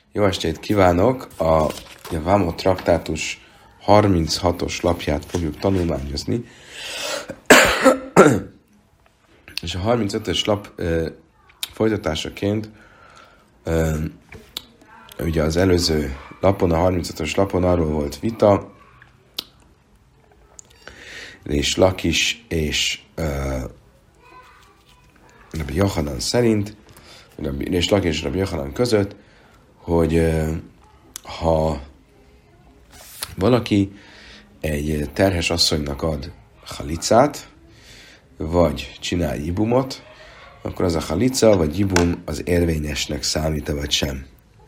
Jó estét kívánok! A Vámot traktátus 36-os lapját fogjuk tanulmányozni. És a 35-ös lap folytatásaként ugye az előző lapon, a 35-ös lapon arról volt vita, és Lakis és Rabbi Yochanan szerint, és Lakis és Rabbi Yochanan között, hogy ha valaki egy terhes asszonynak ad halicát, vagy csinál jibumot, akkor az a halica vagy jibum az érvényesnek számít-e vagy sem.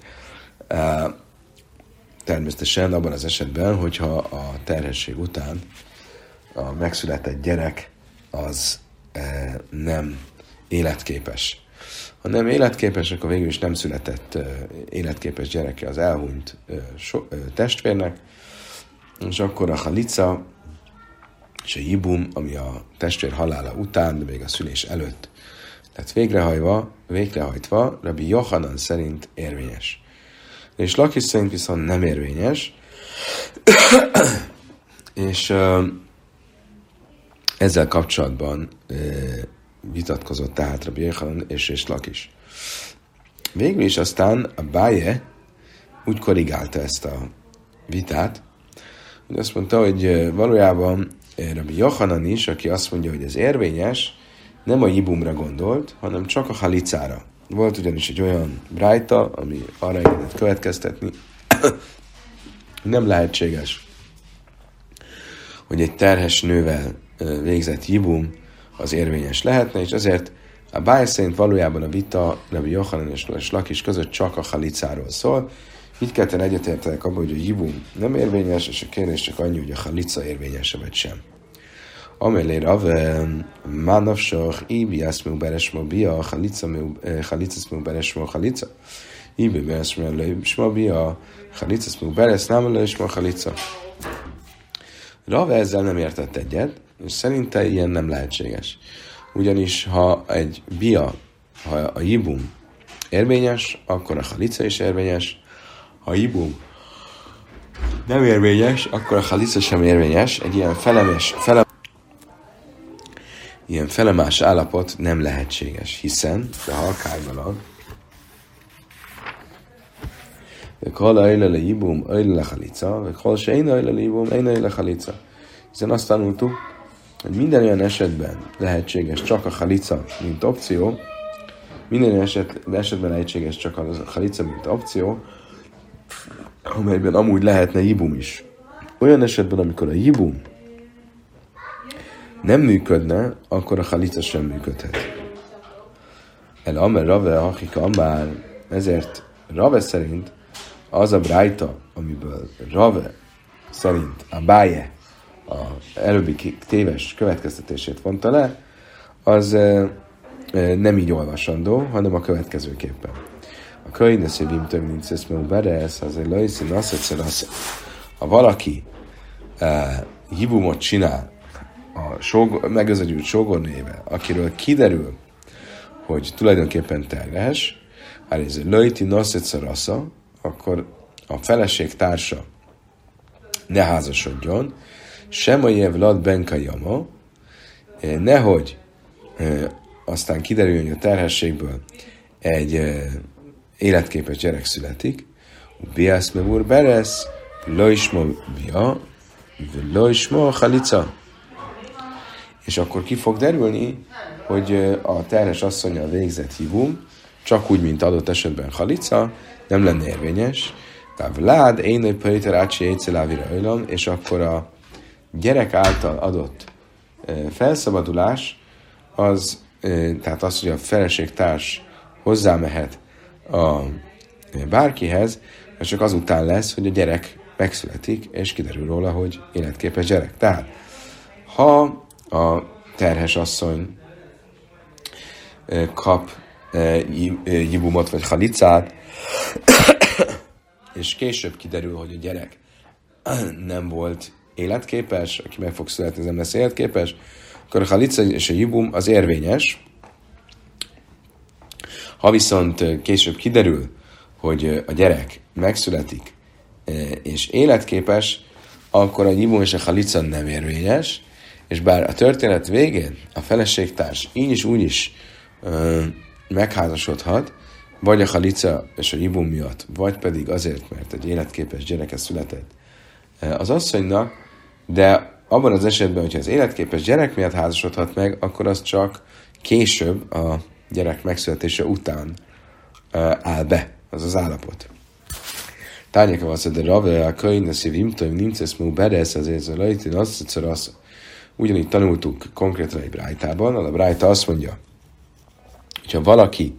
Természetesen abban az esetben, hogyha a terhesség után a megszületett gyerek az nem életképes. Ha nem életképes, akkor végül is nem született életképes gyereke az elhunyt testvérnek, és akkor a halica és a jibum, ami a testvér halála után, de még a szülés előtt lett végrehajtva, Rabbi Yochanan szerint érvényes. És Lakis szerint viszont nem érvényes, és ezzel kapcsolatban vitatkozott tehát Rabbi Yochanan és Lakis. Végül is aztán a Báje úgy korrigálta ezt a vitát, hogy azt mondta, hogy valójában Rabbi Yochanan is, aki azt mondja, hogy ez érvényes, nem a jibumra gondolt, hanem csak a halicára. Volt ugyanis egy olyan brájta, ami arra engedett következtetni, nem lehetséges, hogy egy terhes nővel végzett jibum az érvényes lehetne, és ezért a Báj szerint valójában a vita Rabbi Yochanan és Lakis között csak a halicáról szól. Így ketten egyetértenek abban, hogy a jibum nem érvényes, és a kérdés csak annyi, hogy a halica érvényes vagy sem. Amelé Rave, Mánavsoch, Ibi, Eszmú, Beresmó, Bia, Halicaszmú, Beresmó, Halica. Ibi, Beresmó, Bia, Halicaszmú, Beres, nem Leismó, Halica. Rave ezzel nem értett egyet, és szerinte ilyen nem lehetséges. Ugyanis, ha egy bia, ha a jibum érvényes, akkor a halica is érvényes. Ha a jibum nem érvényes, akkor a halica sem érvényes. Egy ilyen felemás állapot nem lehetséges, hiszen, de ha akárgalag, Kol ajle le jibum, ajle le halica, kol se én ajle le jibum, én ajle le halica. Hiszen azt tanultuk, hogy minden olyan esetben lehetséges csak a halica, mint opció, minden olyan esetben lehetséges csak a halica, mint opció, amelyben amúgy lehetne jibum is. Olyan esetben, amikor a jibum nem működne, akkor a halica sem működhet. El amer Rave, Hachika Amár, ezért Rave szerint az a brájta, amiből Rave szerint a Báje a előbbi téves következtetését vonta le, az nem így olvasandó, hanem a következőképpen. A könyveszévim több mint szeszmő beresz, az egy lajszi nasszetszerasz. Ha valaki jibumot csinál a megözegyült sógornével, akiről kiderül, hogy tulajdonképpen terhes, hát ez egy lajti nasszetszerasza, akkor a feleség társa ne házasodjon, sem a jevlad benkajama, nehogy aztán kiderüljön, hogy a terhességből egy életképes gyerek születik, biász mevur beresz, loisma bia, loisma halica. És akkor ki fog derülni, hogy a terhes asszonnyal végzett jibum, csak úgy, mint adott esetben halica, nem lenne érvényes, lád, én pöjter ácsi éjszelávira öjlom, és akkor a gyerek által adott felszabadulás, az, tehát az, hogy a feleségtárs hozzámehet a bárkihez, az csak azután lesz, hogy a gyerek megszületik, és kiderül róla, hogy életképes gyerek. Tehát, ha a terhes asszony kap jibumot vagy halicát, és később kiderül, hogy a gyerek nem volt életképes, aki meg fog születni, ez nem lesz életképes, akkor a halica és a jibum az érvényes. Ha viszont később kiderül, hogy a gyerek megszületik és életképes, akkor a jibum és a halica nem érvényes, és bár a történet végén a feleségtárs így is úgy is megházasodhat, vagy a halica és a jibum miatt, vagy pedig azért, mert egy életképes gyereke született az asszonynak, de abban az esetben, hogyha az életképes gyerek miatt házasodhat meg, akkor az csak később a gyerek megszületése után áll be, az az állapot. Tárnyaka van de Rave, a könyvneszi vimtaim nincs mú beresz, azért a lejtén azt ugyanígy tanultuk konkrétan egy brájtában, a brájta azt mondja, hogyha valaki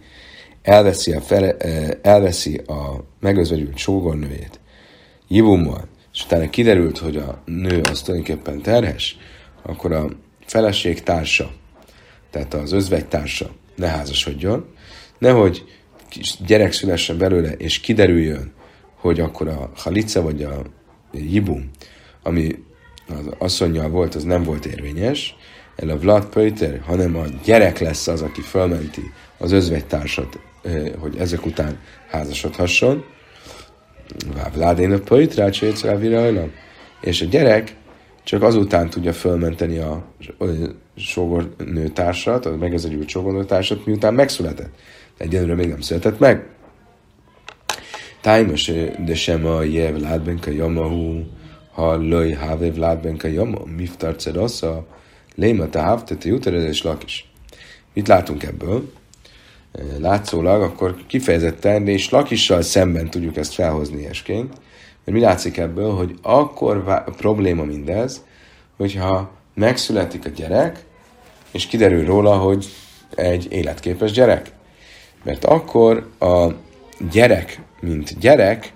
elveszi a megözvegyült sógornőjét jibummal, és utána kiderült, hogy a nő az tulajdonképpen terhes, akkor a feleség társa, tehát az özvegytársa ne házasodjon, nehogy gyerek szülessen belőle, és kiderüljön, hogy akkor a halica vagy a jibum, ami az asszonnyal volt, az nem volt érvényes, el a Vlad Pöjter, hanem a gyerek lesz az, aki fölmenti az özvegytársat, hogy ezek után házasodhasson. Vládén a Pöjtrát, Sécrávira, és a gyerek csak azután tudja fölmenteni a sógornőtársat, a megözvegyült sógornőtársat, miután megszületett. Egyenlőre még nem született meg. Tájmos, de sem a je Vládbenka Jamahu, ha löj hávé Vládbenka Jama, miftar cerasza, léma te hávtete juteredés lakis. Mit látunk ebből? Látszólag akkor kifejezetten és lakissal szemben tudjuk ezt felhozni esként, mert mi látszik ebből, hogy akkor probléma mindez, hogyha megszületik a gyerek, és kiderül róla, hogy egy életképes gyerek. Mert akkor a gyerek, mint gyerek,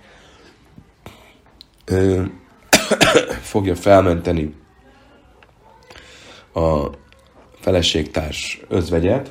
fogja felmenteni a feleségtárs özvegyet,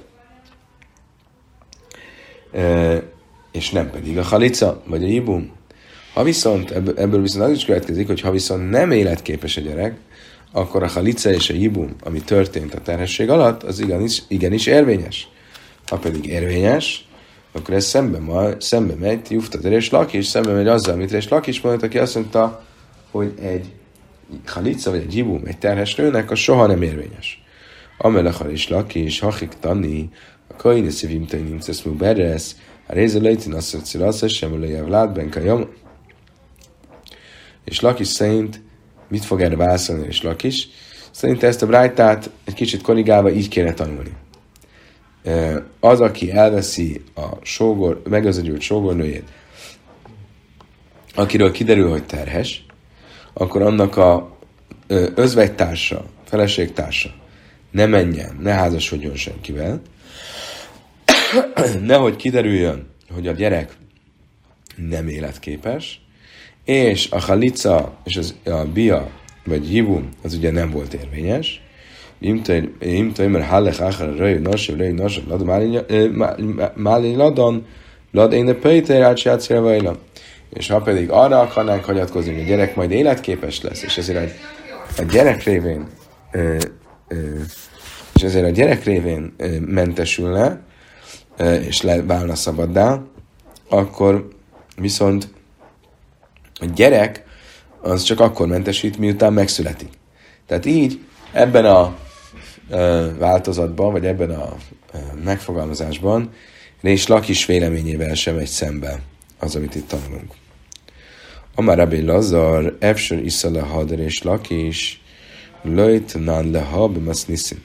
és nem pedig a halica, vagy a jibum. Ha viszont, ebből viszont az is következik, hogy ha viszont nem életképes a gyerek, akkor a halica és a jibum, ami történt a terhesség alatt, az igenis érvényes. Ha pedig érvényes, akkor ez szembe megy, Juftater és Lakis, szembe megy azzal, amit és Lakis mondott, aki azt mondta, hogy egy halica vagy egy jibum, egy terhes nőnek, az soha nem érvényes. Amelechar és Lakis, hachik tanni, a kaini szívimtai nimcesz mú beresz, a réze lejtin asszociász, sem a Vládbenka Jama. És Lakis szerint, mit fog erre válaszolni és Lakis? Szerint ezt a brájtát egy kicsit korrigálva így kéne tanulni. Az, aki elveszi a megözvegyült sógornőjét, akiről kiderül, hogy terhes, akkor annak a özvegytársa, feleségtársa ne menjen, ne házasodjon senkivel, nehogy kiderüljön, hogy a gyerek nem életképes, és a halica és a bia, vagy jibum, az ugye nem volt érvényes. Imtaimer hallech achar röjj nasav, lad máli ladon, lad én a pöjtér átsjátszél vajla. És ha pedig arra akarnánk hagyatkozni, hogy a gyerek majd életképes lesz, és ezért a gyerek révén mentesülne, és válna szabaddá, akkor viszont a gyerek az csak akkor mentesít, miután megszületik. Tehát így ebben a változatban, vagy ebben a megfogalmazásban és Lakis véleményével sem megy szembe az, amit itt tanulunk. Amár Rabbi Lazar, Efsor Isza lehader és Lakis, Löjt nan leha b'maszniszin.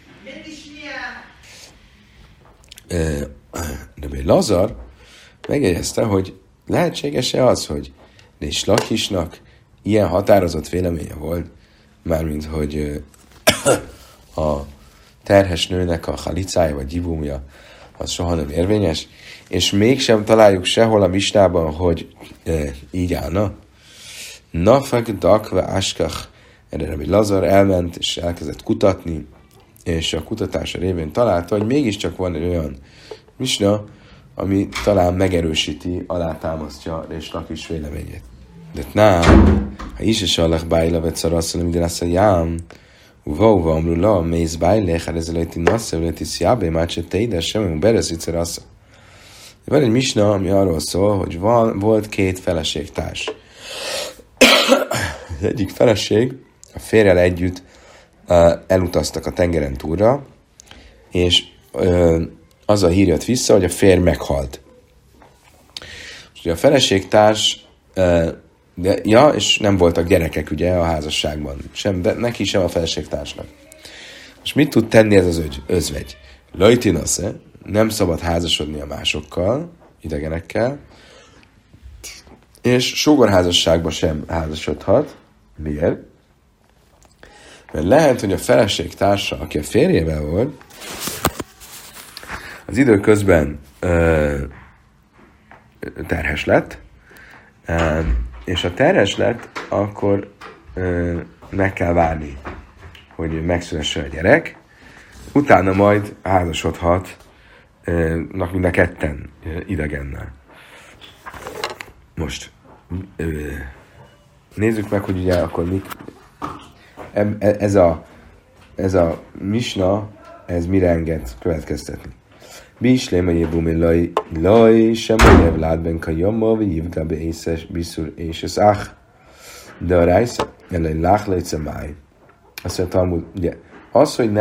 Rabbi Lazar megjegyezte, hogy lehetséges-e az, hogy és Lakisnak ilyen határozott véleménye volt, mármint, hogy a terhes nőnek a halicája vagy jibumja az soha nem érvényes, és mégsem találjuk sehol a misnában, hogy így állna. Nafak dakve askach, erre Rabbi Lazar elment, és elkezdett kutatni, és a kutatása révén találta, hogy mégiscsak van egy olyan misna, ami talán megerősíti, alátámasztja és Lakis véleményét. De nem, ha is és allach bájla vett szarasszal, minden azt a jám, uva, amrula, mész bájle, hát ezzel egy nassza, hogy tiszi jábé, már se te ide, sem, bereszít szarasszal. Van egy misna, ami arról szól, hogy volt két feleségtárs. Az egyik feleség a férjel együtt elutaztak a tengeren túlra, és az a hír jött vissza, hogy a férj meghalt. És a feleségtárs, és nem voltak gyerekek ugye a házasságban, sem neki, sem a feleségtársnak. És mit tud tenni ez az özvegy? Lajtinasze, nem szabad házasodni a másokkal, idegenekkel, és sógorházasságban sem házasodhat. Miért? Mert lehet, hogy a feleség aki a férjével volt, az időközben terhes lett, és ha terhes lett, akkor meg kell várni, hogy megszülessen a gyerek, utána majd házasodhat mind a ketten idegennel. Most nézzük meg, hogy ugye akkor ez a misna, ez mire enged következtetni. Bislém a jébumi laj, sem a jevládben kajomma, vagy jívgábe észes, biszur és az de a rájsz, ellen láchlajce máj. Azt mondja, Talmud, ugye, az, hogy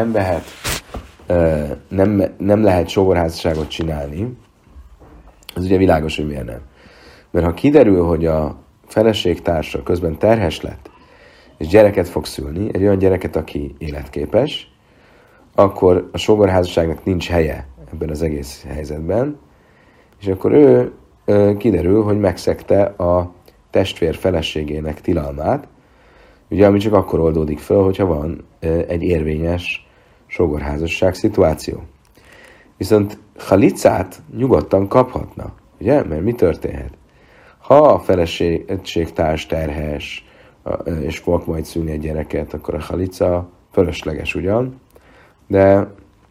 nem lehet sógorházasságot csinálni, az ugye világos, hogy miért nem. Mert ha kiderül, hogy a feleségtársa közben terhes lett, és gyereket fog szülni, egy olyan gyereket, aki életképes, akkor a sógorházasságnak nincs helye ebben az egész helyzetben, és akkor ő kiderül, hogy megszegte a testvér feleségének tilalmát, ugye, ami csak akkor oldódik föl, hogyha van egy érvényes sógorházasság szituáció. Viszont halicát nyugodtan kaphatna, ugye? Mert mi történhet? Ha a feleségtárs terhes, és fog majd szülni egy gyereket, akkor a halica fölösleges ugyan, de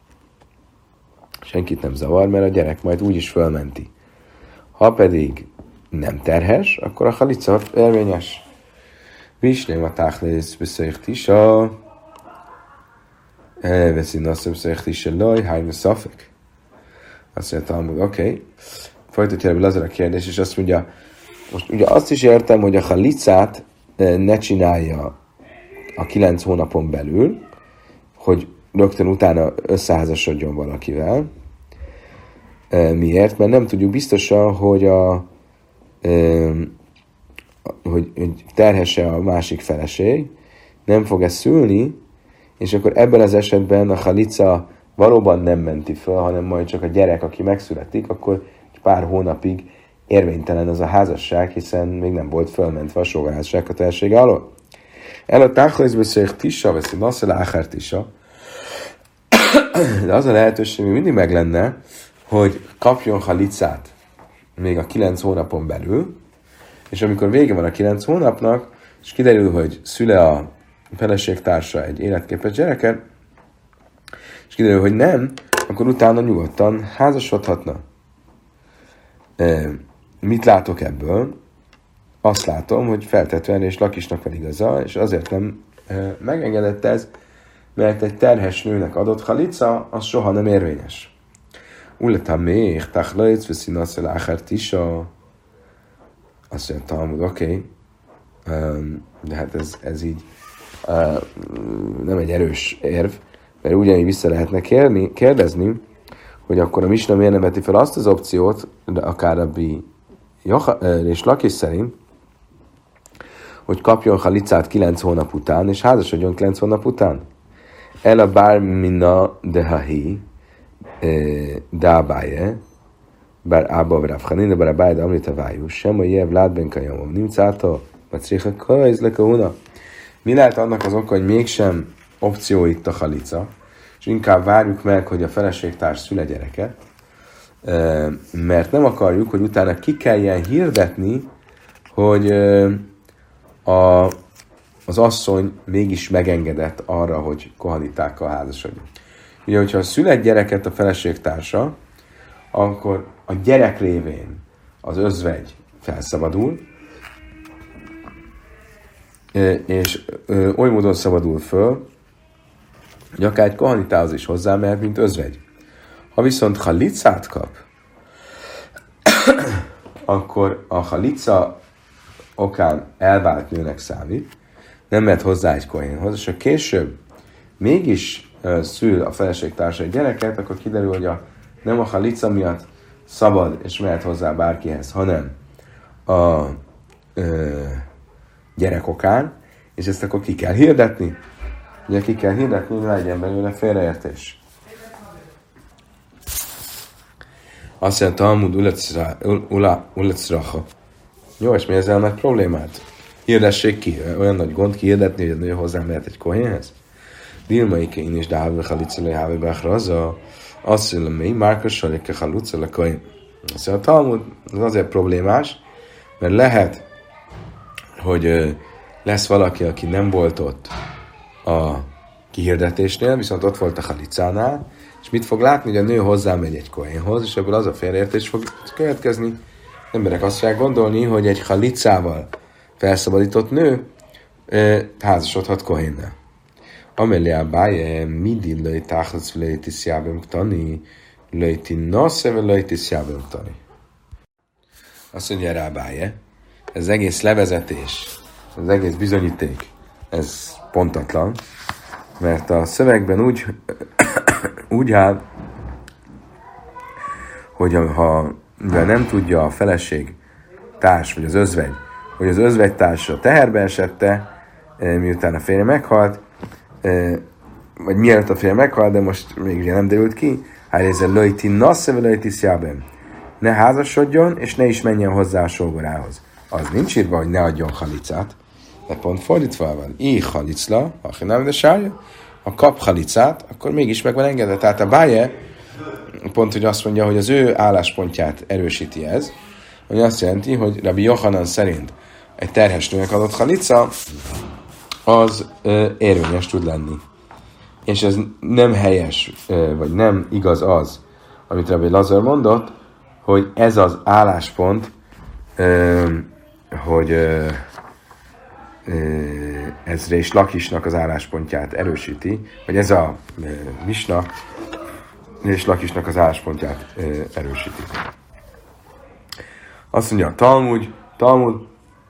senkit nem zavar, mert a gyerek majd úgyis fölmenti. Ha pedig nem terhes, akkor a halica érvényes. Vislém a táchlész beszéltisa, veszi nasszom beszéltisa laj, hányna szafek. Azt mondja Talmud, oké. Folytatja ebből azon a kérdés, és azt mondja, most ugye azt is értem, hogy a halicát ne csinálja a 9 hónapon belül, hogy rögtön utána összeházasodjon valakivel. Miért? Mert nem tudjuk biztosan, hogy hogy terhesse a másik feleség, nem fog ezt szülni, és akkor ebben az esetben a halica valóban nem menti föl, hanem majd csak a gyerek, aki megszületik, akkor egy pár hónapig érvénytelen az a házasság, hiszen még nem volt fölmentve a sógorházasság a terhessége alól. El a táchlészbeszél tissa, veszi nasszal áhár tissa, de az a lehetőség még mindig meg lenne, hogy kapjon halicát még a 9 hónapon belül, és amikor vége van a 9 hónapnak, és kiderül, hogy szüle a feleségtársa egy életképes gyereket, és kiderül, hogy nem, akkor utána nyugodtan házasodhatna. Mit látok ebből? Azt látom, hogy feltetően és Lakisnak van igaza, és azért nem megengedett ez, mert egy terhes nőnek adott halica, az soha nem érvényes. Uletam még, tachlajc, veszinaszel áhár tisa. Azt mondja, Talmud, oké. De hát ez így nem egy erős érv, mert ugyanígy vissza lehetne kérdezni, hogy akkor a misna miért nem veti fel azt az opciót, de akár Rabbi és Lakis szerint, hogy kapjon halicát 9 hónap után, és házasodjon 9 hónap után. El a bár minna dehahi, dábáje, bár ába vrávhanin, de bár a báj, de amrita vájú, sem a jev ládben kajamom, nimcálta, vagy széha karajzlek a huna. Mi lehet annak az oka, hogy mégsem opció itt a halica, és inkább várjuk meg, hogy a feleségtárs szüle gyereket, mert nem akarjuk, hogy utána ki kelljen hirdetni, hogy az asszony mégis megengedett arra, hogy kohanitákkal házasodjon. Ugye, hogyha szül egy gyereket a feleségtársa, akkor a gyerek révén az özvegy felszabadul, és oly módon szabadul föl, hogy akár egy kohanitához is hozzámehet, mint özvegy. Ha viszont halicát kap, akkor a halica okán elvált nőnek számít, nem mehet hozzá egy kohénhoz, és ha később mégis szül a feleségtársa egy gyereket, akkor kiderül, hogy nem a halica miatt szabad és mehet hozzá bárkihez, hanem a gyerek okán, és ezt akkor ki kell hirdetni. Ugye ki kell hirdetni, hogy legyen belőle félreértés. Azt mondja, Talmud ulecracha. Jó, és mi ezzel meg problémát? Hirdessék ki, olyan nagy gond kihirdetni, hogy a nő hozzá mehet egy kohénhez? Dilmaik én is dáve halicele háve bechraza, azt mondja, mi márkosalik a halucele kohén. Azt mondja, a Talmud az azért problémás, mert lehet, hogy lesz valaki, aki nem volt ott a kihirdetésnél, viszont ott volt a halicánál, és mit fog látni, hogy a nő hozzámegy egy kohénhoz, és ebből az a félreértés fog következni. Emberek azt fogják gondolni, hogy egy halicával felszabadított nő házasodhat kohénnel. Amelia báje midi löjt táchatsz löjti szjábem tani, löjti nasze löjti szjábem tani. Azt mondja rá báje, ez egész levezetés, az egész bizonyíték, ez pontatlan, mert a szövegben úgy áll, hogy ha nem tudja a feleség társ, vagy az özvegy, hogy az özvegytársa teherbe esette, miután a férje meghalt, vagy mielőtt a férje meghalt, de most még nem derült ki, hárézel löjti nasszeve löjti szjábem. Ne házasodjon, és ne is menjen hozzá a sógorához. Az nincs írva, hogy ne adjon halicát, de pont fordítva van. Így halicla, ha nem de sárja, ha kap halicát, akkor mégis meg van engedve. Tehát a báje, pont, hogy azt mondja, hogy az ő álláspontját erősíti ez, hogy azt jelenti, hogy Rabbi Yochanan szerint egy terhes nőnek adott halica, az érvényes tud lenni. És ez nem helyes, vagy nem igaz az, amit Rabbi Lazar mondott, hogy ez az álláspont, hogy ez Rés Lakisnak az álláspontját erősíti, vagy ez a misna Rés Lakisnak az álláspontját erősíti. Azt mondja a Talmud,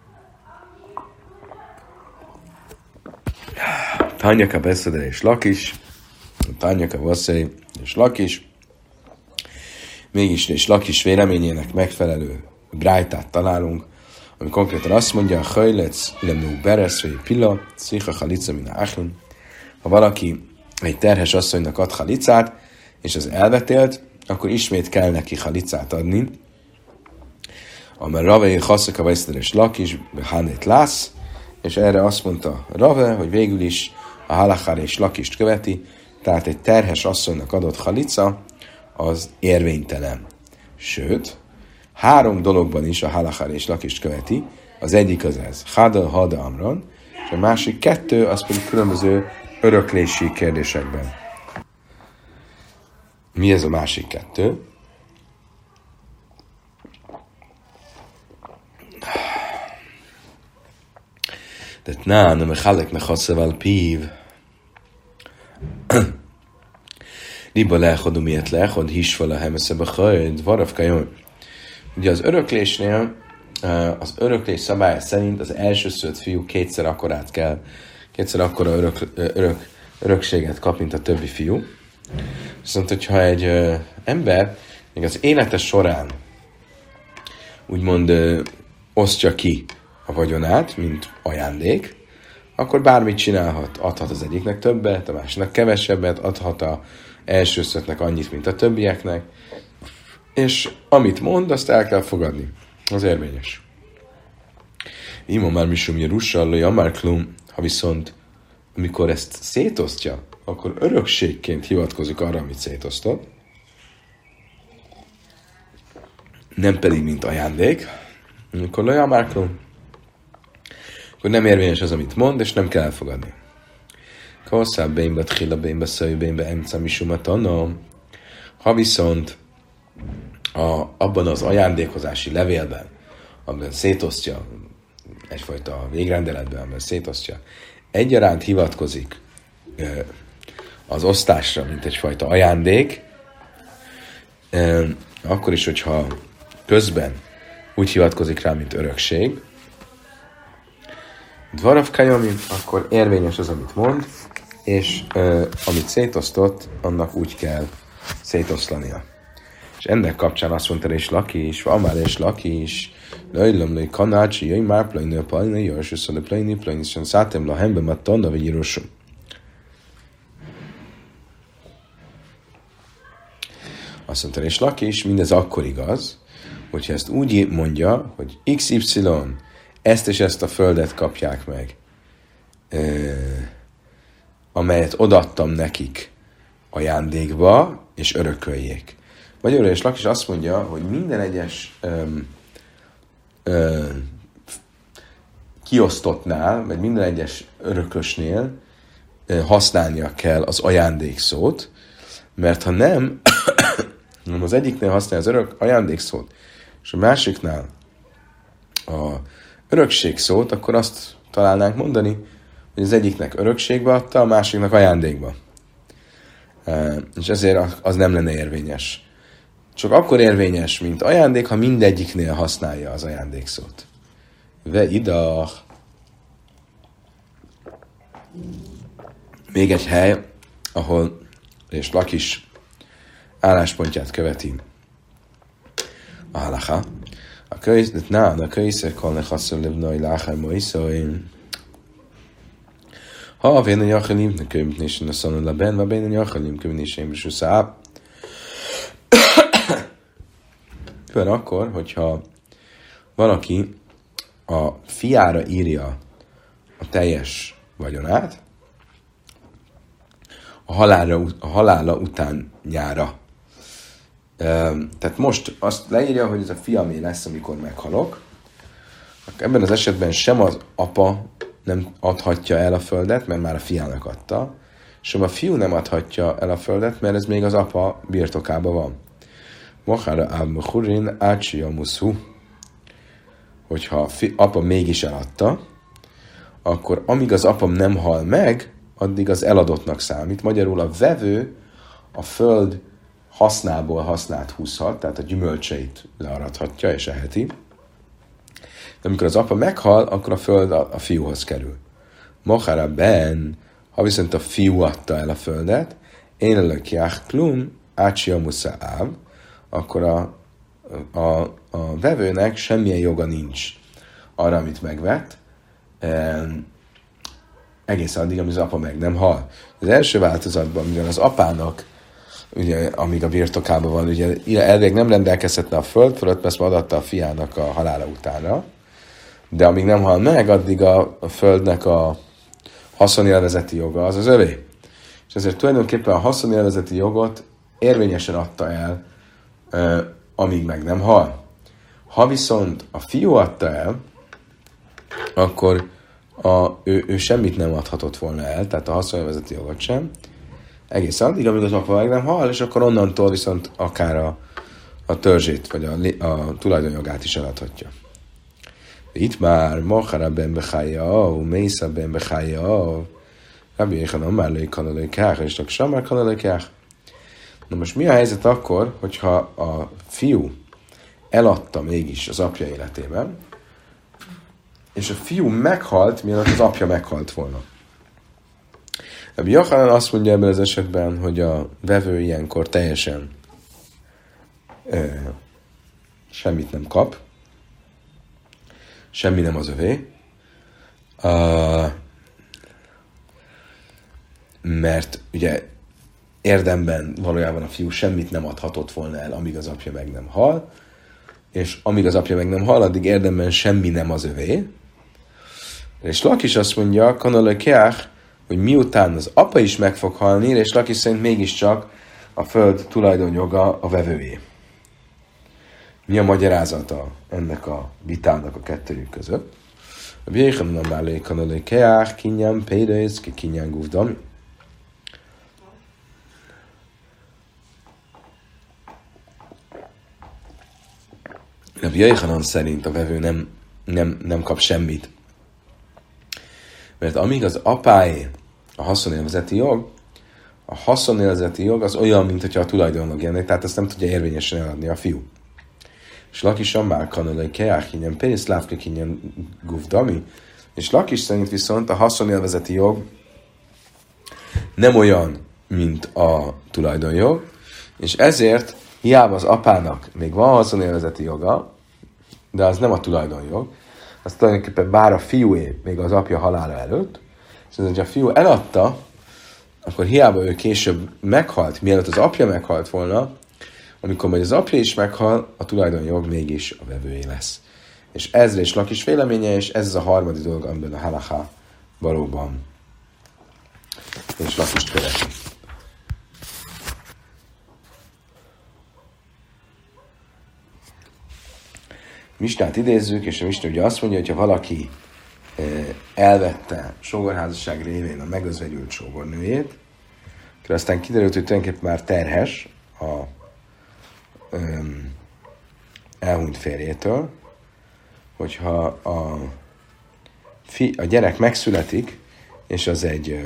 Tanyaka beszéde és Lakis, Tanyaka vasszai és Lakis, mégis és Lakis véleményének megfelelő brájtát találunk, ami konkrétan azt mondja, Hajlec lemnú bereszvei pilla, szicha halica mina achin. Ha valaki egy terhes asszonynak ad halicát, és az elvetélt, akkor ismét kell neki halicát adni. Amely Rave Haszaka Veszteres Lakis, Hanét Lász, és erre azt mondta Rave, hogy végül is a Halachár és Lakist követi, tehát egy terhes asszonynak adott halica, az érvénytelen. Sőt, 3 dologban is a Halachár és Lakist követi, az egyik az ez, Hada Amran, és a másik 2, az pedig különböző öröklési kérdésekben. Mi ez a másik 2? Tehát nem halek mechatszával pív. Liba lechodom ilyet lechod, hisvala hemeszebe hajt, varavkajon. Ugye az öröklésnél, az öröklés szabálya szerint az elsőszülött fiú kétszer akkora örökséget kap, mint a többi fiú. Viszont, hogyha egy ember még az élete során úgymond osztja ki a vagyonát, mint ajándék, akkor bármit csinálhat. Adhat az egyiknek többet, a másiknak kevesebbet, adhat az elsőszülöttnek annyit, mint a többieknek, és amit mond, azt el kell fogadni. Az érvényes. Ima már misum Jerusalem, Amarklum, ha viszont amikor ezt szétosztja, akkor örökségként hivatkozik arra, amit szétosztott, nem pedig mint ajándék, akkor Amarklum, akkor nem érvényes az, amit mond, és nem kell elfogadni. Kawaszább bénbe, tchila bénbe, szöj bénbe, emca misumat, ha viszont abban az ajándékozási levélben, amiben szétosztja, egyfajta végrendeletben, amiben szétosztja, egyaránt hivatkozik az osztásra, mint egyfajta ajándék, akkor is, hogyha közben úgy hivatkozik rá, mint örökség. Dvarav kajami, akkor érvényes az, amit mond, és amit szétosztott, annak úgy kell szétoszlania. És ennek kapcsán azt mondta, és Laki is, Amár és Laki is, Lajlom, kanácsi, jöjj már, plajnő, plajnő, jöjjön, plajnő, szátem, lahembe, matonna, vagy írosom. Azt mondta, és Laki is, mindez akkor igaz, hogyha ezt úgy mondja, hogy XY ezt és ezt a földet kapják meg, amelyet odaadtam nekik ajándékba, és örököljék. Magyarul és Laki is azt mondja, hogy minden egyes kiosztottnál, vagy minden egyes örökösnél használnia kell az ajándék szót, mert ha nem, az egyiknél használja az ajándékszót, és a másiknál a örökség szót, akkor azt találnánk mondani, hogy az egyiknek örökségbe adta, a másiknak ajándékba. És ezért az nem lenne érvényes. Csak akkor érvényes, mint ajándék, ha mindegyiknél használja az ajándékszót. Ve ida. Még egy hely, ahol és Lakis álláspontját követi a halacha. A könyvszer kalne hasszol lebnai láhaj moiszoin. Ha a vénen jachelim, ne könyvnésen a szanon leben, va bénen jachelim, könyvnésen is uszább. Fően akkor, hogyha valaki a fiára írja a teljes vagyonát, a halála után nyára. Tehát most azt leírja, hogy ez a fiamé lesz, amikor meghalok. Ebben az esetben sem az apa nem adhatja el a földet, mert már a fiának adta, sem a fiú nem adhatja el a földet, mert ez még az apa birtokában van. Mohára ábmechurin ácsia muszú. Hogyha apa mégis eladta, akkor amíg az apa nem hal meg, addig az eladottnak számít. Magyarul a vevő a föld hasznából hasznát húzhat, tehát a gyümölcseit learadhatja és eheti. De amikor az apa meghal, akkor a föld a fiúhoz kerül. Mohára ben, ha viszont a fiú adta el a földet, én elökják klum, ácsia musza áv, akkor a vevőnek semmilyen joga nincs arra, amit megvett, egész addig, amíg az apa meg nem hal. Az első változatban, mivel az apának, ugye, amíg a birtokában van, ugye elvég nem rendelkezhetne a föld fölött, mert adatta a fiának a halála utána, de amíg nem hal meg, addig a földnek a haszonélvezeti joga az övé. És ezért tulajdonképpen a haszonélvezeti jogot érvényesen adta el, amíg meg nem hal. Ha viszont a fiú adta el, akkor ő semmit nem adhatott volna el, tehát a haszonélvezeti jogot sem, egész addig, amíg az apa meg nem hal, és akkor onnantól viszont akár a törzsét, vagy a tulajdonjogát is eladhatja. Itt már Mohára ben Bechaja, Mésza ben Bechaja, Rabbi Yechanan már lőkanalői kách, és csak sem már kanalői kách. Na most mi a helyzet akkor, hogyha a fiú eladta mégis az apja életében, és a fiú meghalt, mielőtt az apja meghalt volna? Rabbi Yechanan azt mondja ebben az esetben, hogy a vevő ilyenkor teljesen semmit nem kap, semmi nem az övé, mert ugye érdemben valójában a fiú semmit nem adhatott volna el, amíg az apja meg nem hal, és amíg az apja meg nem hal, addig érdemben semmi nem az övé. És Lakis azt mondja, kanalökeach, hogy miután az apa is meg fog halni, és Lakis szerint mégiscsak a föld tulajdonjoga a vevőjé. Mi a magyarázata ennek a vitának a kettőjük között? A Jéhanan már lőkanalökeach, kinyán pédősz, ki kinyán guvdami. Rabbi Yechanan szerint a vevő nem kap semmit. Mert amíg az apáé a haszonélvezeti jog az olyan, mint hogyha a tulajdonlog jönnek, tehát ezt nem tudja érvényesen eladni a fiú. és Lakis Ammár kanalai keákinyen, pénzlávke kinyen guvdami, és Lakis szerint viszont a haszonélvezeti jog nem olyan, mint a tulajdonjog, és ezért hiába az apának még van haszonélvezeti joga, de az nem a tulajdonjog, az tulajdonképpen bár a fiúé még az apja halála előtt, és hogyha a fiú eladta, akkor hiába ő később meghalt, mielőtt az apja meghalt volna, amikor majd az apja is meghal, a tulajdonjog mégis a vevője lesz. És ezre is Lakis véleménye, és ez a harmadik dolog, amiben a halacha valóban és Lakist követi. Misnát idézzük, és a Misna ugye azt mondja, hogy ha valaki elvette sógorházasság révén a megözvegyült sógornőjét, akkor aztán kiderült, hogy tulajdonképpen már terhes a elhunyt férjétől, hogyha a gyerek megszületik, és az egy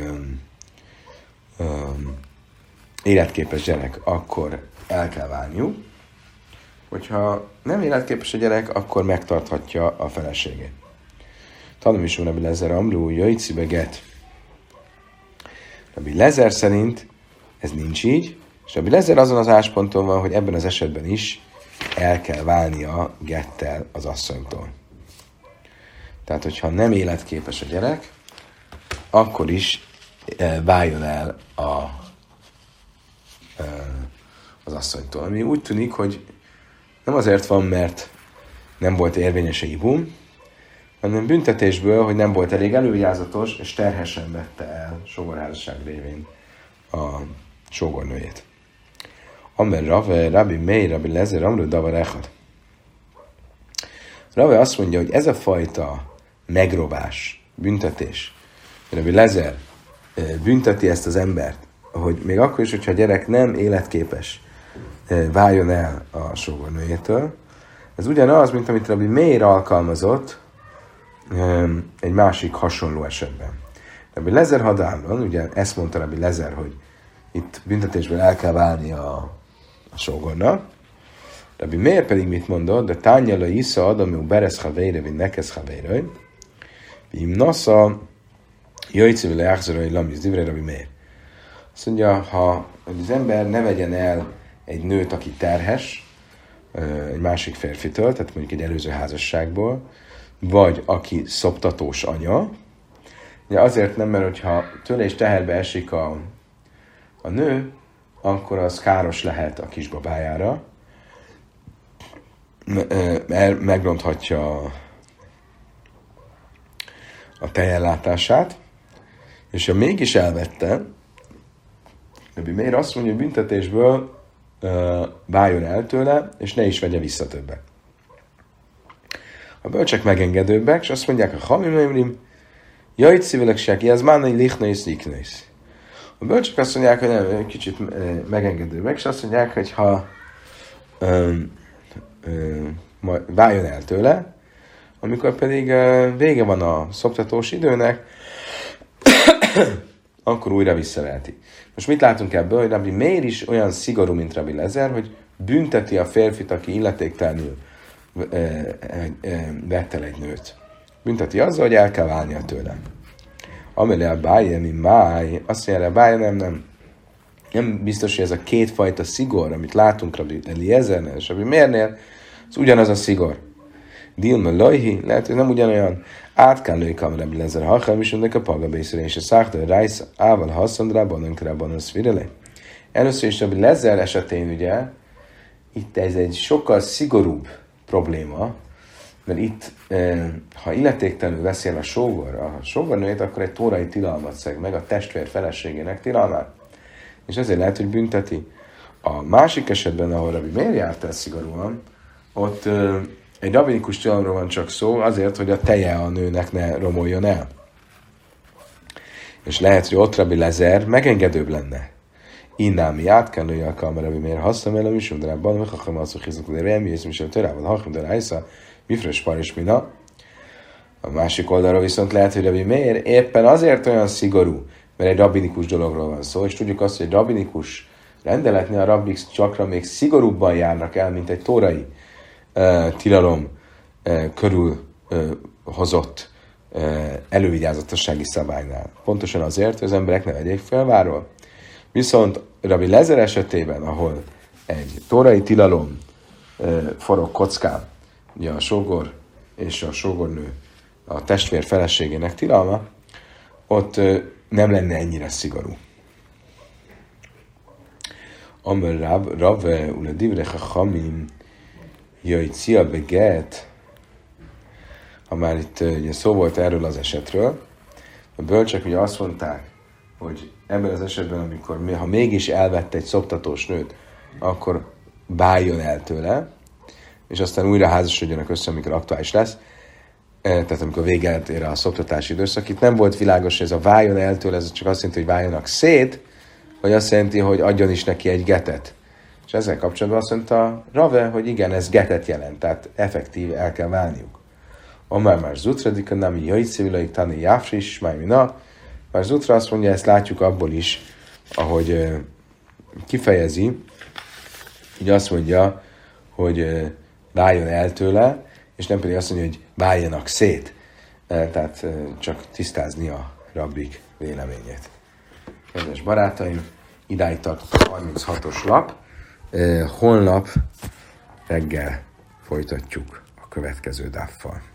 életképes gyerek, akkor el kell válniuk. Hogyha nem életképes a gyerek, akkor megtarthatja a feleségét. Tanulom is Rabbi Lezer Amru, jöjjcibe get. Rabbi Lezer szerint ez nincs így, és Rabbi Lezer azon az állásponton van, hogy ebben az esetben is el kell válnia gettel az asszonytól. Tehát, hogyha nem életképes a gyerek, akkor is váljon el az asszonytól. Ami úgy tűnik, hogy nem azért van, mert nem volt érvényes a ibum, hanem büntetésből, hogy nem volt elég elővigyázatos, és terhesen vette el sógorházasság révén a sógornőjét. Amer Rave, Rabbi Meir, Rabbi Lezer, Amru Davar Echad. Rave azt mondja, hogy ez a fajta megrovás, büntetés, Rabbi Lezer bünteti ezt az embert, hogy még akkor is, hogyha a gyerek nem életképes, váljon el a sógornőjétől. Ez ugyanaz, mint amit Rabbi Meir alkalmazott egy másik hasonló esetben. Rabbi Lezer Hadámban, ugye ezt mondta Rabbi Lezer, hogy itt büntetésből el kell válni a sógornak. Rabbi Meir pedig mit mondott? De tányala isza adamú beresz haveire, vagy nekesz haveire, vim nasza jöjjtszövő leáxzorai lamiz divre Rabbi Meir. Azt mondja, ha az ember ne vegyen el egy nőt, aki terhes, egy másik férfitől, tehát mondjuk egy előző házasságból, vagy aki szoptatós anya. Ugye azért nem, mert hogyha tőle is teherbe esik a nő, akkor az káros lehet a kisbabájára, mert megronthatja a tejellátását, és ha mégis elvette, Rabbi Meir azt mondja, hogy büntetésből váljon el tőle, és ne is vegye vissza többet. A bölcsek megengedőbbek, és azt mondják, a hamimimrim, jajt szívelek ez már egy lichnész, liknész. A bölcsek azt mondják, hogy nem, kicsit megengedőbbek, és azt mondják, hogy ha váljon el tőle, amikor pedig vége van a szoptatós időnek, akkor újra visszaveheti. Most mit látunk ebből, hogy Rabbi Meir is olyan szigorú, mint Rabbi Lezer, hogy bünteti a férfit, aki illetéktelenül vett el egy nőt. Bünteti azzal, hogy el kell válnia tőle. Amely a bájemi máj, azt mondja, a báj nem biztos, hogy ez a kétfajta szigor, amit látunk Rabbi Eliezernél és Rabbi Meirnél, az ugyanaz a szigor. Dilma lojhi, lehet, hogy nem ugyanolyan. Át kell lőkam Rabbi Lezer, hacham is mondjuk a pagabészre, és a szákta rájsz, ával haszondrában, önkrában a szvirele. Először is Rabbi Lezer esetén ugye, itt ez egy sokkal szigorúbb probléma, mert itt, ha illetéktelenül veszi el a sógornőjét, akkor egy tórai tilalmat szeg meg a testvér feleségének tilalmát. És ezért lehet, hogy bünteti. A másik esetben, ahol Rabbi Meir járt el szigorúan, ott egy rabinikus tilalomról van csak szó, azért, hogy a teje a nőnek ne romoljon el. És lehet, hogy ott Rabbi Lezer megengedőbb lenne. Innál mi át kell lője a kamera, Rabbi Meir használom el a misumdarában, vagy ha az, hogy hiznak, hogy remélj, és mi sem törával, ha de rájsza, mi friss par és mina. A másik oldalról viszont lehet, hogy Rabbi Meir éppen azért olyan szigorú, mert egy rabinikus dologról van szó, és tudjuk azt, hogy egy rabinikus rendeletnél a rabbik csakra még szigorúbban járnak el, mint egy tórai tilalom körül hozott elővigyázatossági szabálynál. Pontosan azért, hogy az emberek ne vegyék felváról. Viszont Rabbi Lezer esetében, ahol egy tórai tilalom forog kockán, ugye a sógor és a sógornő a testvér feleségének tilalma, ott nem lenne ennyire szigorú. Amr Rave ule divre chachamim cia beget. Ha már itt ugye szó volt erről az esetről, a bölcsek ugye azt mondták, hogy ebben az esetben, amikor ha mégis elvette egy szoptatós nőt, akkor váljon el tőle, és aztán újra házasodjanak össze, amikor aktuális lesz, tehát amikor véget ér a szoptatási időszak. Itt nem volt világos, hogy ez a váljon el tőle, ez csak azt jelenti, hogy váljanak szét, vagy azt jelenti, hogy adjon is neki egy getet. És ezzel kapcsolatban azt mondta Rave, hogy igen, ez getet jelent, tehát effektív el kell válniuk. Amár már Zutradika, nem jöjjtszévilaik tani jáfris, májmina. Már Zutra azt mondja, ezt látjuk abból is, ahogy kifejezi, így azt mondja, hogy váljon el tőle, és nem pedig azt mondja, hogy váljanak szét. Tehát csak tisztázni a rabbik véleményét. Kedves barátaim, idáig tart a 36-os lap. Holnap reggel folytatjuk a következő dáffal.